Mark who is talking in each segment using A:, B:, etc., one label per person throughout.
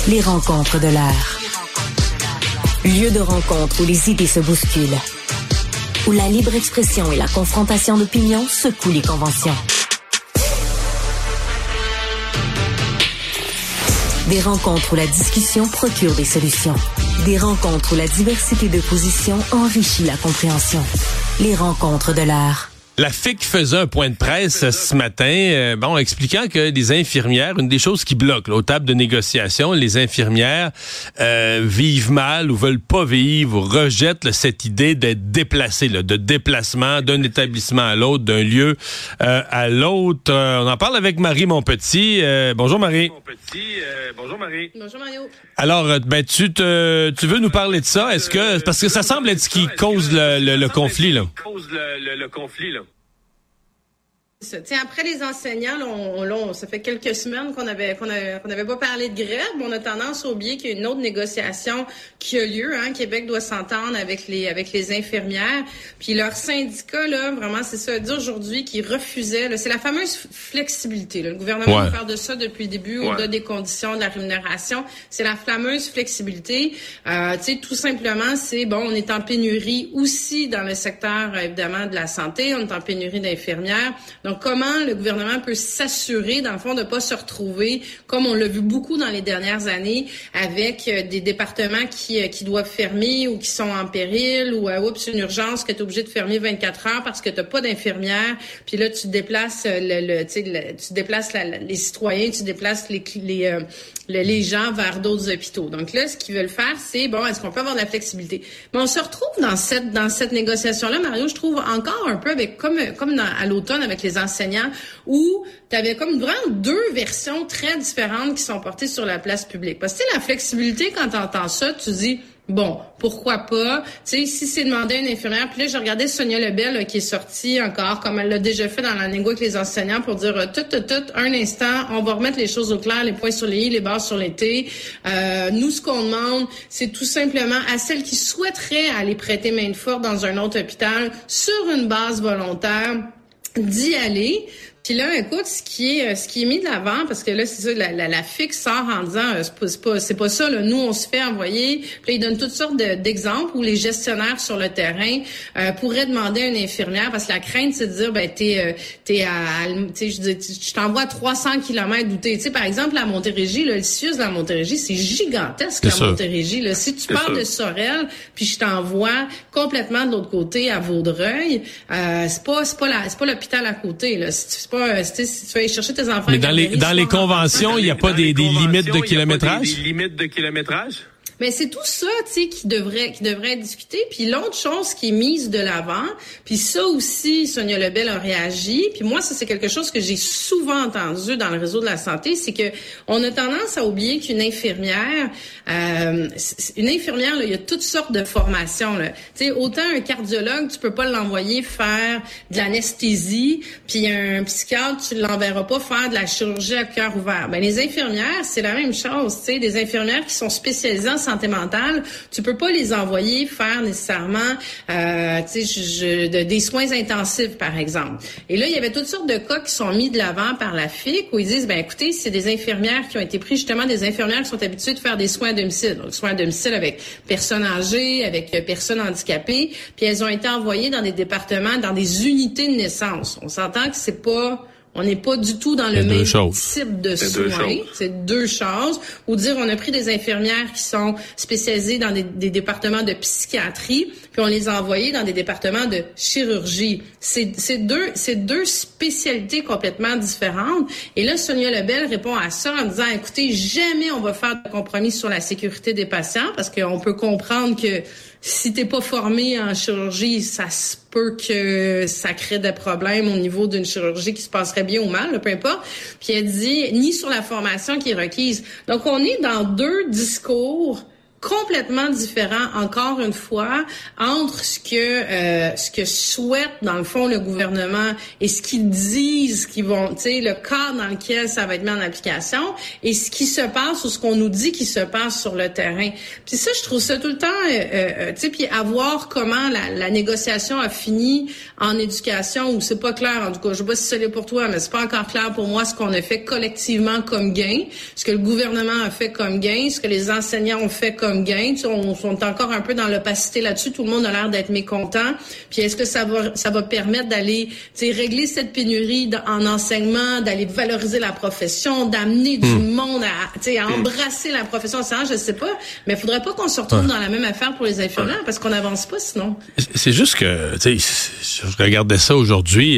A: Les rencontres de l'heure. Lieu de rencontre où les idées se bousculent. Où la libre expression et la confrontation d'opinions secouent les conventions. Des rencontres où la discussion procure des solutions. Des rencontres où la diversité de positions enrichit la compréhension. Les rencontres de l'heure.
B: La FIC faisait un point de presse ce matin, expliquant que les infirmières, une des choses qui bloquent là, aux tables de négociation, les infirmières vivent mal ou veulent pas vivre, ou rejettent là, cette idée d'être déplacées, là, de déplacement d'un établissement à l'autre, d'un lieu à l'autre. On en parle avec Marie Montpetit. Bonjour Marie.
C: Bonjour Marie. Bonjour Mario.
B: Alors, tu veux nous parler de ça? Est-ce que parce que ça semble être ce qui cause le conflit là.
C: Tiens, après les enseignants, ça fait quelques semaines qu'on avait pas parlé de grève, mais on a tendance à oublier qu'il y a une autre négociation qui a lieu. Québec doit s'entendre avec les infirmières. Puis leur syndicat, là, vraiment, c'est ça, dit aujourd'hui qu'ils refusaient. Là, c'est la fameuse flexibilité. Là. Le gouvernement veut faire de ça depuis le début, au-delà des conditions de la rémunération. C'est la fameuse flexibilité. Tout simplement, on est en pénurie aussi dans le secteur, évidemment, de la santé. On est en pénurie d'infirmières. Donc, comment le gouvernement peut s'assurer, dans le fond, de ne pas se retrouver, comme on l'a vu beaucoup dans les dernières années, avec des départements qui doivent fermer ou qui sont en péril ou une urgence que tu es obligé de fermer 24 heures parce que tu n'as pas d'infirmière. Puis là, tu déplaces tu déplaces les citoyens, tu déplaces les gens vers d'autres hôpitaux. Donc là, ce qu'ils veulent faire, c'est est-ce qu'on peut avoir de la flexibilité? Mais on se retrouve dans cette négociation-là, Mario, je trouve encore un peu avec comme à l'automne avec les enseignants, où tu avais comme vraiment deux versions très différentes qui sont portées sur la place publique. Parce que la flexibilité, quand tu entends ça, tu dis bon, pourquoi pas? Tu sais, si c'est demandé à une infirmière, puis là, j'ai regardé Sonia Lebel là, qui est sortie encore, comme elle l'a déjà fait dans la négo avec les enseignants, pour dire un instant, on va remettre les choses au clair, les points sur les i, les barres sur les t. Nous, ce qu'on demande, c'est tout simplement à celles qui souhaiteraient aller prêter main forte dans un autre hôpital, sur une base volontaire, d'y aller. Puis là, écoute, ce qui est mis de l'avant, parce que là, c'est ça, la FIC sort en disant, c'est pas ça, là, nous, on se fait envoyer. Puis là, ils donnent toutes sortes d'exemples où les gestionnaires sur le terrain pourraient demander à une infirmière, parce que la crainte, c'est de dire, je t'envoie à 300 km d'où t'es. Tu sais, par exemple, la Montérégie, là, le CIUS de la Montérégie, c'est gigantesque, la Montérégie, là. Si tu pars de Sorel, puis je t'envoie complètement de l'autre côté à Vaudreuil, c'est pas l'hôpital à côté, là. Si tu vas aller chercher tes enfants.
B: Mais dans les conventions, il n'y a pas des limites de kilométrage?
C: Mais c'est tout ça, qui devrait être discuté. Puis l'autre chose qui est mise de l'avant, puis ça aussi, Sonia Lebel a réagi. Puis moi, ça c'est quelque chose que j'ai souvent entendu dans le réseau de la santé, c'est que on a tendance à oublier qu'une infirmière, là, il y a toutes sortes de formations. Là. Tu sais, autant un cardiologue, tu peux pas l'envoyer faire de l'anesthésie, puis un psychiatre, tu l'enverras pas faire de la chirurgie à cœur ouvert. Ben les infirmières, c'est la même chose. Tu sais, des infirmières qui sont spécialisées en santé mentale, tu peux pas les envoyer faire nécessairement des soins intensifs, par exemple. Et là, il y avait toutes sortes de cas qui sont mis de l'avant par la FIC où ils disent, écoutez, c'est des infirmières qui ont été prises, justement des infirmières qui sont habituées de faire des soins à domicile. Donc, soins à domicile avec personnes âgées, avec personnes handicapées, puis elles ont été envoyées dans des départements, dans des unités de naissance. On s'entend que on n'est pas du tout dans le même type de soins. C'est deux choses. Ou dire, on a pris des infirmières qui sont spécialisées dans des départements de psychiatrie, puis on les a envoyées dans des départements de chirurgie. C'est deux spécialités complètement différentes. Et là, Sonia Lebel répond à ça en disant, écoutez, jamais on va faire de compromis sur la sécurité des patients, parce qu'on peut comprendre que si t'es pas formé en chirurgie, ça se peut que ça crée des problèmes au niveau d'une chirurgie qui se passerait bien ou mal, là, peu importe. Puis elle dit, ni sur la formation qui est requise. Donc, on est dans deux discours complètement différent, encore une fois, entre ce que souhaite, dans le fond, le gouvernement et ce qu'ils disent qu'ils vont, tu sais, le cadre dans lequel ça va être mis en application et ce qui se passe ou ce qu'on nous dit qui se passe sur le terrain. Puis ça, je trouve ça tout le temps, tu sais, puis à voir comment la négociation a fini en éducation, où c'est pas clair, en tout cas, je sais pas si c'est l'est pour toi, mais c'est pas encore clair pour moi ce qu'on a fait collectivement comme gain, ce que le gouvernement a fait comme gain, ce que les enseignants ont fait comme gain. Tu sais, on est encore un peu dans l'opacité là-dessus, tout le monde a l'air d'être mécontent. Puis est-ce que ça va permettre d'aller, tu sais, régler cette pénurie en enseignement, d'aller valoriser la profession, d'amener du monde à, tu sais, à embrasser la profession enseignante, je sais pas, mais il faudrait pas qu'on se retrouve dans la même affaire pour les infirmières parce qu'on n'avance pas sinon.
B: C'est juste que, tu sais, je regardais ça aujourd'hui,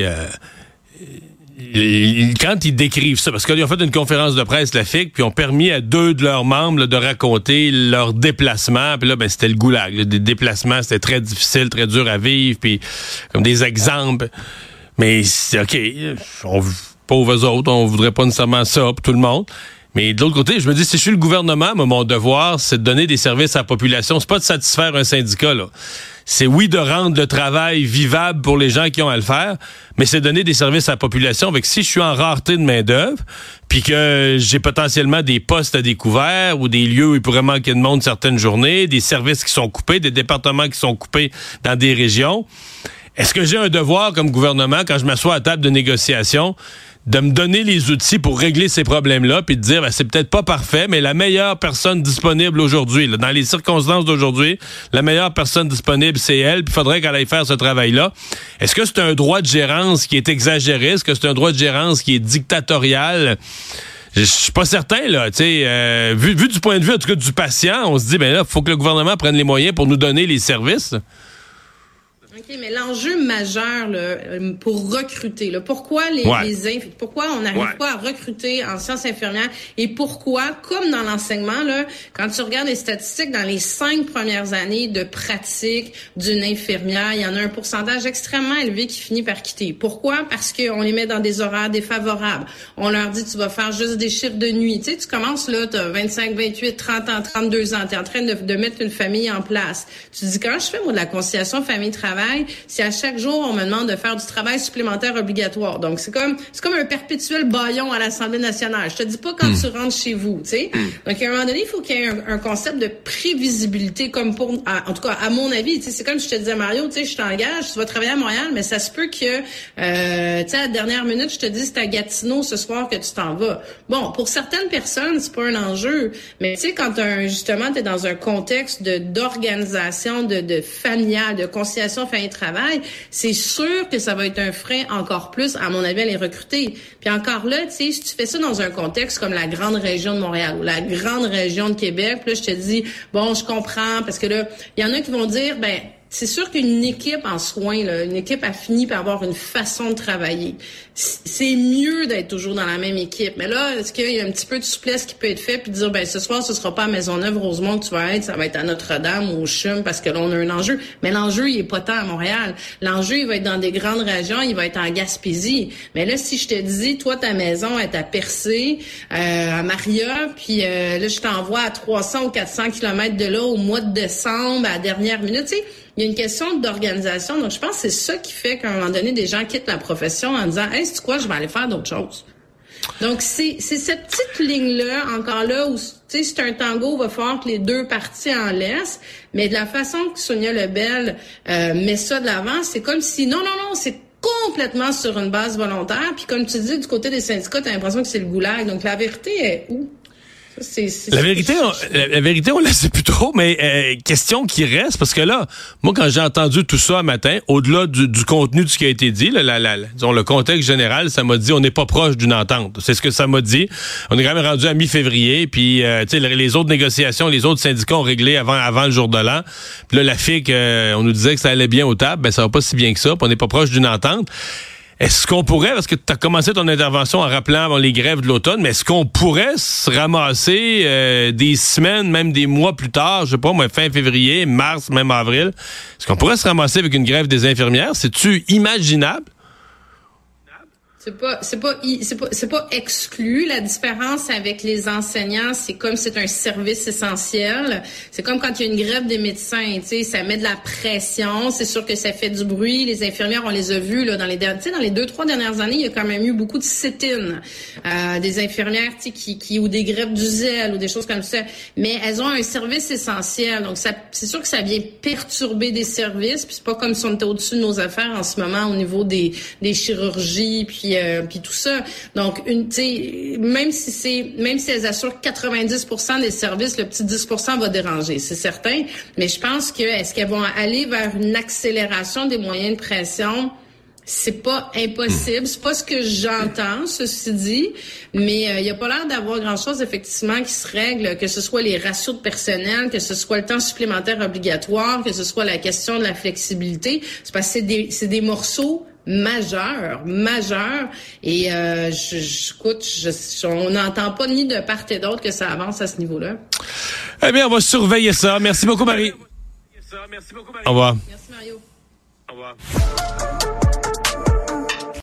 B: quand ils décrivent ça, parce qu'ils ont fait une conférence de presse, la FIC, puis ont permis à 2 de leurs membres là, de raconter leur déplacement, puis là, ben c'était le goulag. Là, des déplacements, c'était très difficile, très dur à vivre, puis comme des exemples. Mais c'est OK, pauvres autres, on voudrait pas nécessairement ça pour tout le monde. Mais de l'autre côté, je me dis, si je suis le gouvernement, moi, mon devoir, c'est de donner des services à la population. C'est pas de satisfaire un syndicat, là. C'est oui de rendre le travail vivable pour les gens qui ont à le faire, mais c'est donner des services à la population. Avec si je suis en rareté de main-d'œuvre, puis que j'ai potentiellement des postes à découvert ou des lieux où il pourrait manquer de monde certaines journées, des services qui sont coupés, des départements qui sont coupés dans des régions, est-ce que j'ai un devoir comme gouvernement, quand je m'assois à table de négociation, de me donner les outils pour régler ces problèmes-là, puis de dire, ben, c'est peut-être pas parfait, mais la meilleure personne disponible aujourd'hui, là, dans les circonstances d'aujourd'hui, la meilleure personne disponible, c'est elle, puis il faudrait qu'elle aille faire ce travail-là. Est-ce que c'est un droit de gérance qui est exagéré? Est-ce que c'est un droit de gérance qui est dictatorial? Je suis pas certain, là, tu sais, vu du point de vue, en tout cas, du patient, on se dit, ben là, faut que le gouvernement prenne les moyens pour nous donner les services.
C: OK, mais l'enjeu majeur là, pour recruter, là, pourquoi pourquoi on n'arrive pas à recruter en sciences infirmières et pourquoi, comme dans l'enseignement, là, quand tu regardes les statistiques, dans les 5 premières années de pratique d'une infirmière, il y en a un pourcentage extrêmement élevé qui finit par quitter. Pourquoi? Parce qu'on les met dans des horaires défavorables. On leur dit, tu vas faire juste des chiffres de nuit. Tu sais, tu commences là, tu as 25, 28, 30 ans, 32 ans, tu es en train de mettre une famille en place. Tu te dis, quand je fais, moi, de la conciliation famille-travail, si à chaque jour, on me demande de faire du travail supplémentaire obligatoire. Donc, c'est comme un perpétuel bâillon à l'Assemblée nationale. Je te dis pas quand tu rentres chez vous, tu sais. Donc, à un moment donné, il faut qu'il y ait un concept de prévisibilité, comme en tout cas, à mon avis, tu sais, c'est comme je te disais, Mario, tu sais, je t'engage, tu vas travailler à Montréal, mais ça se peut que, tu sais, à la dernière minute, je te dis, c'est à Gatineau ce soir que tu t'en vas. Bon, pour certaines personnes, c'est pas un enjeu, mais tu sais, quand justement, t'es dans un contexte d'organisation, de familiale, de conciliation famille-travail, c'est sûr que ça va être un frein encore plus, à mon avis, à les recruter. Puis encore là, tu sais, si tu fais ça dans un contexte comme la grande région de Montréal ou la grande région de Québec, là, je te dis, bon, je comprends, parce que là, il y en a qui vont dire, ben, c'est sûr qu'une équipe en soins, là, une équipe a fini par avoir une façon de travailler. C'est mieux d'être toujours dans la même équipe. Mais là, est-ce qu'il y a un petit peu de souplesse qui peut être fait puis dire, ben ce soir, ce sera pas à Maisonneuve, Rosemont que tu vas être, ça va être à Notre-Dame ou au CHUM parce que là, on a un enjeu. Mais l'enjeu, il est pas tant à Montréal. L'enjeu, il va être dans des grandes régions, il va être en Gaspésie. Mais là, si je te dis, toi, ta maison est à Percé, à Maria, puis là, je t'envoie à 300 ou 400 kilomètres de là au mois de décembre, à la dernière minute, tu sais, il y a une question d'organisation. Donc, je pense que c'est ça qui fait qu'à un moment donné, des gens quittent la profession en disant « Hey, c'est quoi, je vais aller faire d'autres choses. » Donc, c'est cette petite ligne-là, encore là, où, tu sais, c'est un tango, il va falloir que les deux parties en laissent. Mais de la façon que Sonia Lebel met ça de l'avant, c'est comme si, non, c'est complètement sur une base volontaire. Puis comme tu dis, du côté des syndicats, t'as l'impression que c'est le goulag. Donc, la vérité est où?
B: La vérité, on la sait plus trop, mais question qui reste, parce que là, moi, quand j'ai entendu tout ça un matin, au-delà du contenu de ce qui a été dit, disons, le contexte général, ça m'a dit, on n'est pas proche d'une entente. C'est ce que ça m'a dit. On est quand même rendu à mi-février, puis tu sais, les autres négociations, les autres syndicats ont réglé avant le jour de l'an. Puis là, la FIC, on nous disait que ça allait bien aux tables, ben ça va pas si bien que ça, puis on n'est pas proche d'une entente. Est-ce qu'on pourrait, parce que tu as commencé ton intervention en rappelant les grèves de l'automne, mais est-ce qu'on pourrait se ramasser des semaines, même des mois plus tard, je sais pas, moi, fin février, mars, même avril, est-ce qu'on pourrait se ramasser avec une grève des infirmières? C'est-tu imaginable?
C: C'est pas exclu. La différence avec les enseignants, c'est comme c'est un service essentiel. C'est comme quand il y a une grève des médecins, tu sais, ça met de la pression. C'est sûr que ça fait du bruit. Les infirmières, on les a vues là dans les 2-3 dernières années, il y a quand même eu beaucoup de sit-in, des infirmières, tu sais, qui ou des grèves du zèle ou des choses comme ça. Mais elles ont un service essentiel. Donc c'est sûr que ça vient perturber des services. Puis c'est pas comme si on était au-dessus de nos affaires en ce moment au niveau des chirurgies puis tout ça. Donc même si elles assurent 90% des services, le petit 10% va déranger, c'est certain. Mais je pense que est-ce qu'elles vont aller vers une accélération des moyens de pression? C'est pas impossible, c'est pas ce que j'entends, ceci dit, mais il y a pas l'air d'avoir grand-chose effectivement qui se règle, que ce soit les ratios de personnel, que ce soit le temps supplémentaire obligatoire, que ce soit la question de la flexibilité. C'est parce que c'est des morceaux majeurs, et on n'entend pas ni de part et d'autre que ça avance à ce niveau-là.
B: Eh bien, on va surveiller ça. Merci beaucoup, Marie. Au revoir.
C: Merci, Mario.
B: Au revoir.